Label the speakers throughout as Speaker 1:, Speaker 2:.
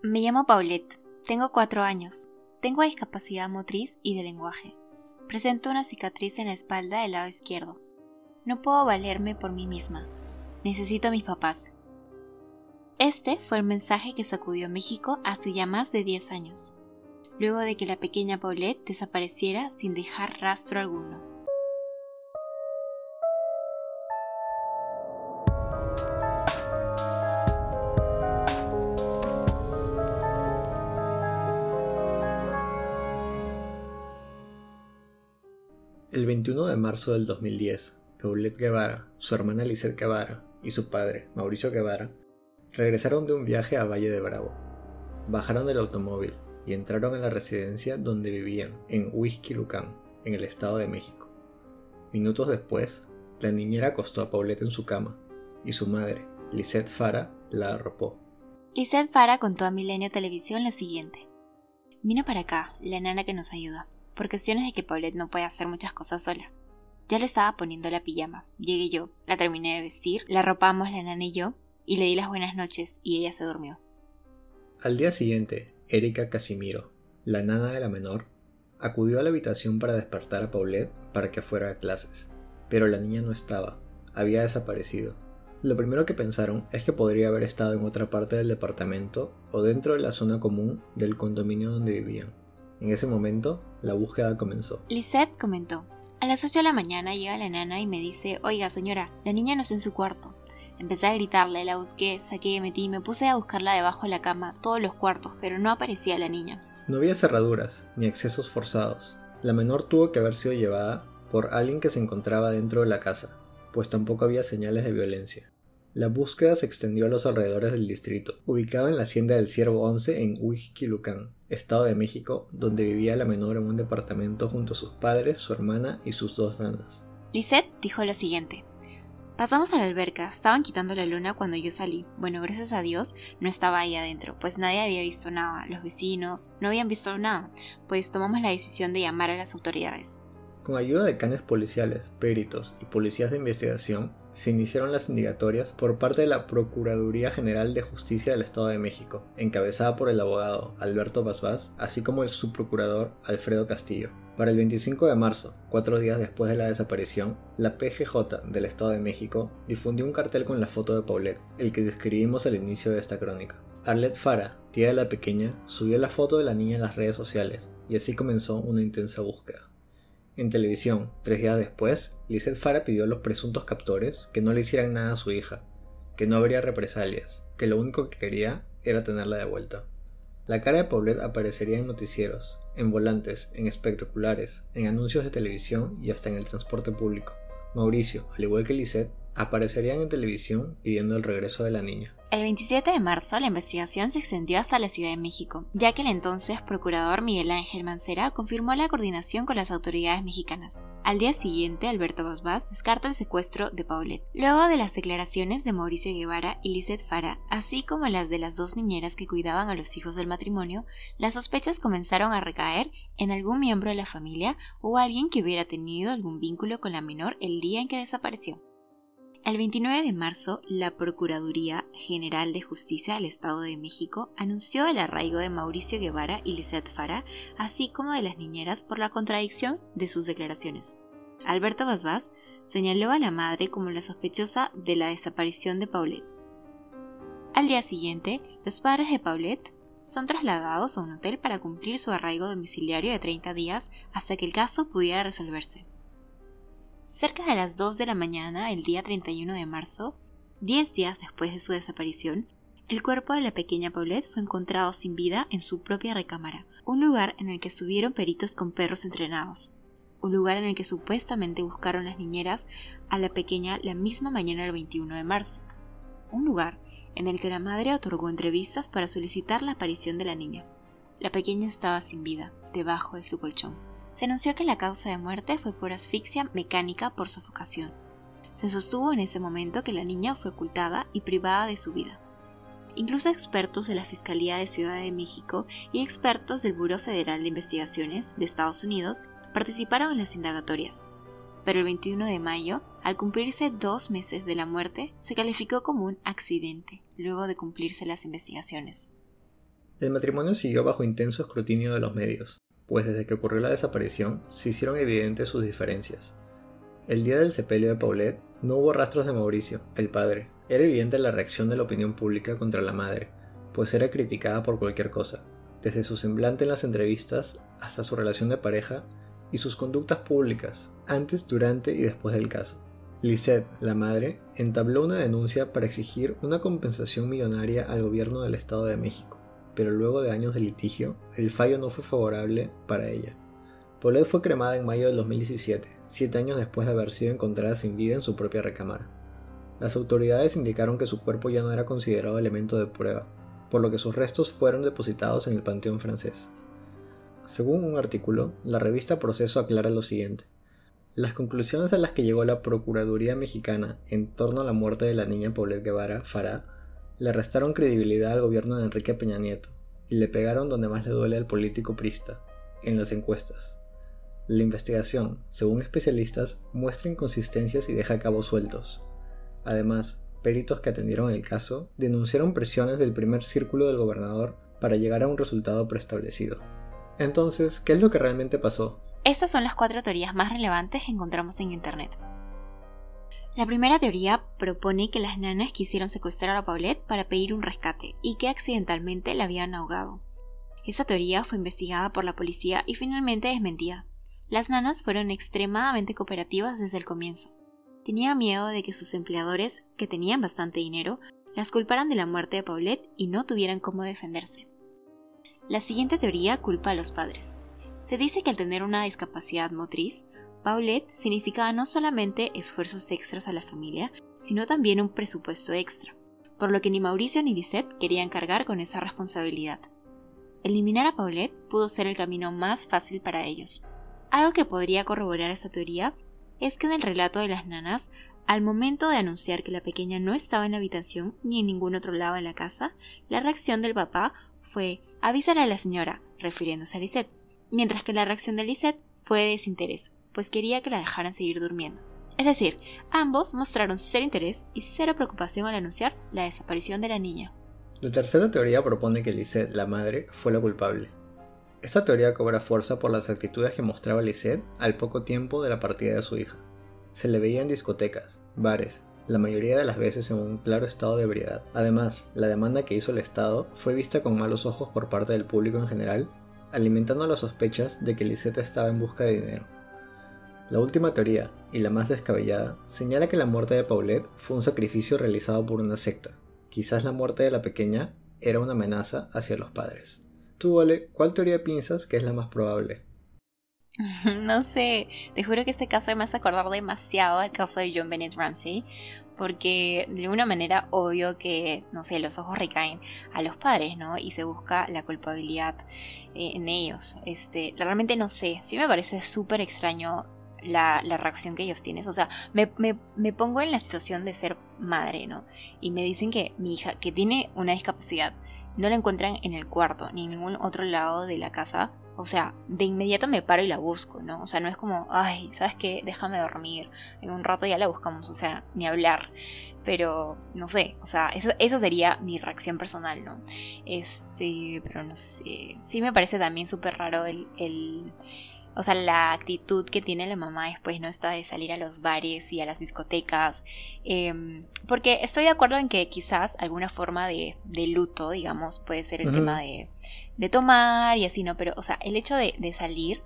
Speaker 1: Me llamo Paulette, tengo 4 años, tengo discapacidad motriz y de lenguaje. Presento una cicatriz en la espalda del lado izquierdo. No puedo valerme por mí misma. Necesito a mis papás. Este fue el mensaje que sacudió México hace ya más de 10 años, luego de que la pequeña Paulette desapareciera sin dejar rastro alguno.
Speaker 2: El 21 de marzo del 2010, Paulette Guevara, su hermana Lisette Guevara y su padre, Mauricio Guevara, regresaron de un viaje a Valle de Bravo. Bajaron del automóvil y entraron en la residencia donde vivían, en Huixquilucan, en el Estado de México. Minutos después, la niñera acostó a Paulette en su cama y su madre, Lisette Fara, la arropó.
Speaker 1: Lisette Fara contó a Milenio Televisión lo siguiente: vino para acá, la nana que nos ayuda, por cuestiones de que Paulette no puede hacer muchas cosas sola. Ya le estaba poniendo la pijama, llegué yo, la terminé de vestir, la arropamos la nana y yo, y le di las buenas noches y ella se durmió.
Speaker 2: Al día siguiente, Erika Casimiro, la nana de la menor, acudió a la habitación para despertar a Paulette para que fuera a clases, pero la niña no estaba, había desaparecido. Lo primero que pensaron es que podría haber estado en otra parte del departamento o dentro de la zona común del condominio donde vivían. En ese momento, la búsqueda comenzó.
Speaker 1: Lisette comentó: a las 8 de la mañana llega la nana y me dice: oiga señora, la niña no está en su cuarto. Empecé a gritarle, la busqué, saqué, metí y me puse a buscarla debajo de la cama, todos los cuartos, pero no aparecía la niña.
Speaker 2: No había cerraduras, ni accesos forzados. La menor tuvo que haber sido llevada por alguien que se encontraba dentro de la casa, pues tampoco había señales de violencia. La búsqueda se extendió a los alrededores del distrito, ubicado en la hacienda del Ciervo 11 en Huixquilucan, Estado de México, donde vivía la menor en un departamento junto a sus padres, su hermana y sus 2 nanas.
Speaker 1: Lisette dijo lo siguiente: pasamos a la alberca, estaban quitando la luna cuando yo salí. Bueno, gracias a Dios no estaba ahí adentro, pues nadie había visto nada, los vecinos no habían visto nada, pues tomamos la decisión de llamar a las autoridades.
Speaker 2: Con ayuda de canes policiales, peritos y policías de investigación, se iniciaron las indagatorias por parte de la Procuraduría General de Justicia del Estado de México, encabezada por el abogado Alberto Basbás, así como el subprocurador Alfredo Castillo. Para el 25 de marzo, 4 días después de la desaparición, la PGJ del Estado de México difundió un cartel con la foto de Paulette, el que describimos al inicio de esta crónica. Arlette Fara, tía de la pequeña, subió la foto de la niña en las redes sociales, y así comenzó una intensa búsqueda. En televisión, 3 días después, Lisette Fara pidió a los presuntos captores que no le hicieran nada a su hija, que no habría represalias, que lo único que quería era tenerla de vuelta. La cara de Paulette aparecería en noticieros, en volantes, en espectaculares, en anuncios de televisión y hasta en el transporte público. Mauricio, al igual que Lisette, aparecerían en televisión pidiendo el regreso de la niña.
Speaker 1: El 27 de marzo la investigación se extendió hasta la Ciudad de México, ya que el entonces procurador Miguel Ángel Mancera confirmó la coordinación con las autoridades mexicanas. Al día siguiente, Alberto Basbás descarta el secuestro de Paulette. Luego de las declaraciones de Mauricio Guevara y Lisette Fara, así como las de las 2 niñeras que cuidaban a los hijos del matrimonio, las sospechas comenzaron a recaer en algún miembro de la familia o alguien que hubiera tenido algún vínculo con la menor el día en que desapareció. El 29 de marzo, la Procuraduría General de Justicia del Estado de México anunció el arraigo de Mauricio Guevara y Lisette Fara, así como de las niñeras, por la contradicción de sus declaraciones. Alberto Basbás señaló a la madre como la sospechosa de la desaparición de Paulette. Al día siguiente, los padres de Paulette son trasladados a un hotel para cumplir su arraigo domiciliario de 30 días hasta que el caso pudiera resolverse. Cerca de las 2 de la mañana, el día 31 de marzo, 10 días después de su desaparición, el cuerpo de la pequeña Paulette fue encontrado sin vida en su propia recámara, un lugar en el que estuvieron peritos con perros entrenados, un lugar en el que supuestamente buscaron las niñeras a la pequeña la misma mañana del 21 de marzo, un lugar en el que la madre otorgó entrevistas para solicitar la aparición de la niña. La pequeña estaba sin vida, debajo de su colchón. Se anunció que la causa de muerte fue por asfixia mecánica por sofocación. Se sostuvo en ese momento que la niña fue ocultada y privada de su vida. Incluso expertos de la Fiscalía de Ciudad de México y expertos del Buró Federal de Investigaciones de Estados Unidos participaron en las indagatorias. Pero el 21 de mayo, al cumplirse 2 meses de la muerte, se calificó como un accidente, luego de cumplirse las investigaciones.
Speaker 2: El matrimonio siguió bajo intenso escrutinio de los medios, pues desde que ocurrió la desaparición se hicieron evidentes sus diferencias. El día del sepelio de Paulette no hubo rastros de Mauricio, el padre. Era evidente la reacción de la opinión pública contra la madre, pues era criticada por cualquier cosa, desde su semblante en las entrevistas hasta su relación de pareja y sus conductas públicas, antes, durante y después del caso. Lisette, la madre, entabló una denuncia para exigir una compensación millonaria al gobierno del Estado de México, pero luego de años de litigio, el fallo no fue favorable para ella. Paulette fue cremada en mayo del 2017, 7 años después de haber sido encontrada sin vida en su propia recámara. Las autoridades indicaron que su cuerpo ya no era considerado elemento de prueba, por lo que sus restos fueron depositados en el Panteón francés. Según un artículo, la revista Proceso aclara lo siguiente. Las conclusiones a las que llegó la Procuraduría Mexicana en torno a la muerte de la niña Paulette Guevara Farah le restaron credibilidad al gobierno de Enrique Peña Nieto y le pegaron donde más le duele al político priista, en las encuestas. La investigación, según especialistas, muestra inconsistencias y deja cabos sueltos. Además, peritos que atendieron el caso denunciaron presiones del primer círculo del gobernador para llegar a un resultado preestablecido. Entonces, ¿qué es lo que realmente pasó?
Speaker 1: Estas son las 4 teorías más relevantes que encontramos en internet. La primera teoría propone que las nanas quisieron secuestrar a Paulette para pedir un rescate y que accidentalmente la habían ahogado. Esa teoría fue investigada por la policía y finalmente desmentida. Las nanas fueron extremadamente cooperativas desde el comienzo. Tenía miedo de que sus empleadores, que tenían bastante dinero, las culparan de la muerte de Paulette y no tuvieran cómo defenderse. La siguiente teoría culpa a los padres. Se dice que al tener una discapacidad motriz, Paulette significaba no solamente esfuerzos extras a la familia, sino también un presupuesto extra, por lo que ni Mauricio ni Lisette querían cargar con esa responsabilidad. Eliminar a Paulette pudo ser el camino más fácil para ellos. Algo que podría corroborar esta teoría es que en el relato de las nanas, al momento de anunciar que la pequeña no estaba en la habitación ni en ningún otro lado de la casa, la reacción del papá fue «avísale a la señora», refiriéndose a Lisette, mientras que la reacción de Lisette fue de desinterés, pues quería que la dejaran seguir durmiendo. Es decir, ambos mostraron cero interés y cero preocupación al anunciar la desaparición de la niña.
Speaker 2: La tercera teoría propone que Lisette, la madre, fue la culpable. Esta teoría cobra fuerza por las actitudes que mostraba Lisette al poco tiempo de la partida de su hija. Se le veía en discotecas, bares, la mayoría de las veces en un claro estado de ebriedad. Además, la demanda que hizo el Estado fue vista con malos ojos por parte del público en general, alimentando las sospechas de que Lisette estaba en busca de dinero. La última teoría, y la más descabellada, señala que la muerte de Paulette fue un sacrificio realizado por una secta. Quizás la muerte de la pequeña era una amenaza hacia los padres. Tú, Ole, ¿cuál teoría piensas que es la más probable?
Speaker 1: No sé, te juro que este caso me hace acordar demasiado al caso de John Bennett Ramsey, porque de alguna manera obvio que, no sé, los ojos recaen a los padres, ¿no? Y se busca la culpabilidad en ellos. Realmente no sé, sí me parece súper extraño la reacción que ellos tienen. O sea, me pongo en la situación de ser madre, ¿no? Y me dicen que mi hija, que tiene una discapacidad, no la encuentran en el cuarto ni en ningún otro lado de la casa. O sea, de inmediato me paro y la busco, ¿no? O sea, no es como, ay, ¿sabes qué? Déjame dormir, en un rato ya la buscamos, o sea, ni hablar. Pero, no sé, o sea, esa sería mi reacción personal, ¿no? Pero no sé, sí me parece también súper raro o sea, la actitud que tiene la mamá después, ¿no? Está de salir a los bares y a las discotecas. Porque estoy de acuerdo en que quizás alguna forma de luto, digamos, puede ser el tema de tomar y así, ¿no? Pero, o sea, el hecho de salir,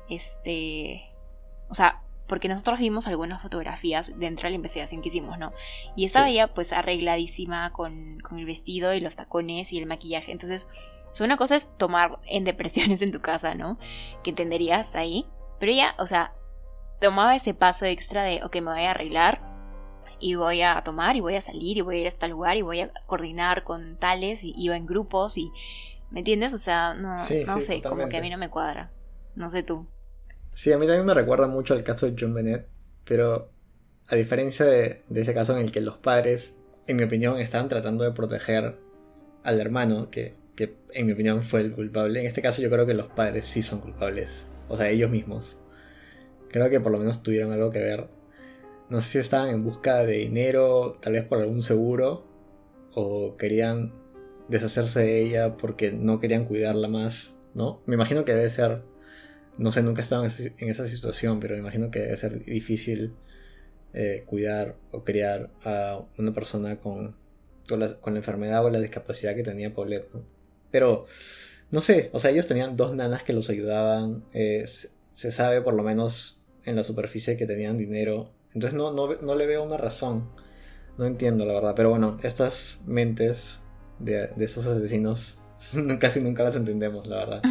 Speaker 1: o sea, porque nosotros vimos algunas fotografías dentro de la investigación que hicimos, ¿no? Y estaba ella, pues, arregladísima con el vestido y los tacones y el maquillaje. Entonces, una cosa es tomar en depresiones en tu casa, ¿no? Que entenderías ahí. Pero ella, o sea, tomaba ese paso extra de, ok, me voy a arreglar y voy a tomar y voy a salir y voy a ir a este lugar y voy a coordinar con tales y iba en grupos y... ¿Me entiendes? O sea, no sé, totalmente. Como que a mí no me cuadra. No sé tú.
Speaker 2: Sí, a mí también me recuerda mucho al caso de John Bennett, pero a diferencia de ese caso en el que los padres, en mi opinión, estaban tratando de proteger al hermano, que en mi opinión fue el culpable. En este caso yo creo que los padres sí son culpables, o sea, ellos mismos. Creo que por lo menos tuvieron algo que ver. No sé si estaban en busca de dinero, tal vez por algún seguro, o querían deshacerse de ella porque no querían cuidarla más, ¿no? Me imagino que debe ser, no sé, nunca he estado en esa situación, pero me imagino que debe ser difícil cuidar o criar a una persona con la enfermedad o la discapacidad que tenía Paulette, ¿no? Pero, no sé, o sea, ellos tenían 2 nanas que los ayudaban, se sabe por lo menos en la superficie que tenían dinero, entonces no le veo una razón, no entiendo la verdad, pero bueno, estas mentes de estos asesinos casi nunca las entendemos, la verdad.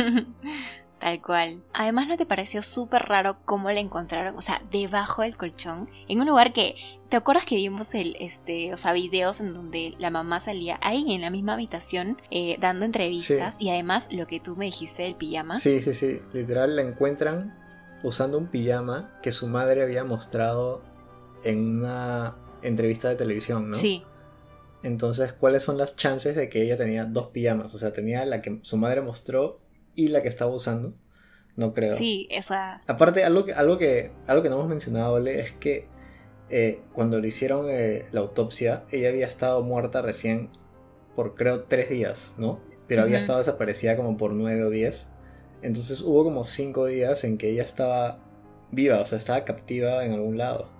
Speaker 1: Tal cual. Además, ¿no te pareció súper raro cómo la encontraron? O sea, debajo del colchón, en un lugar que... ¿Te acuerdas que vimos videos en donde la mamá salía ahí en la misma habitación dando entrevistas?
Speaker 2: Sí.
Speaker 1: Y además, lo que tú me dijiste del pijama.
Speaker 2: Sí, literal la encuentran usando un pijama que su madre había mostrado en una entrevista de televisión, ¿no?
Speaker 1: Sí.
Speaker 2: Entonces, ¿cuáles son las chances de que ella tenía 2 pijamas? O sea, tenía la que su madre mostró y la que estaba usando. No creo.
Speaker 1: Sí, esa...
Speaker 2: Aparte, algo que no hemos mencionado, Ale, es que cuando le hicieron la autopsia, ella había estado muerta recién por, creo, 3 días, ¿no? Pero había estado desaparecida como por 9 o 10. Entonces hubo como 5 días en que ella estaba viva, o sea, estaba captiva en algún lado.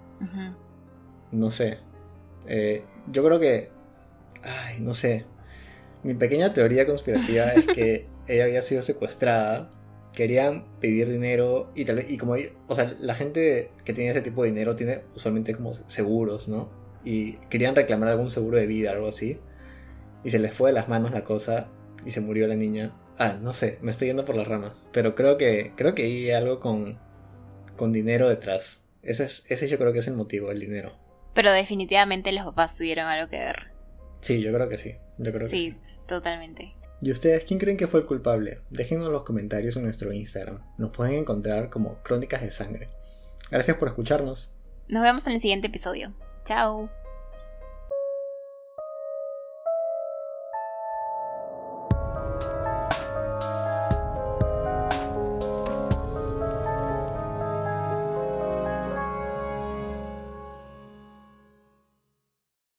Speaker 2: No sé. Yo creo que... Ay, no sé. Mi pequeña teoría conspirativa es que ella había sido secuestrada, querían pedir dinero y como, o sea, la gente que tiene ese tipo de dinero tiene usualmente como seguros, ¿no? Y querían reclamar algún seguro de vida, algo así, y se les fue de las manos la cosa y se murió la niña. No sé, me estoy yendo por las ramas, pero creo que hay algo con dinero detrás. Ese yo creo que es el motivo, el dinero.
Speaker 1: Pero definitivamente los papás tuvieron algo que ver.
Speaker 2: Sí, yo creo que sí.
Speaker 1: Sí, totalmente.
Speaker 2: ¿Y ustedes quién creen que fue el culpable? Déjenos en los comentarios en nuestro Instagram. Nos pueden encontrar como Crónicas de Sangre. Gracias por escucharnos.
Speaker 1: Nos vemos en el siguiente episodio. Chao.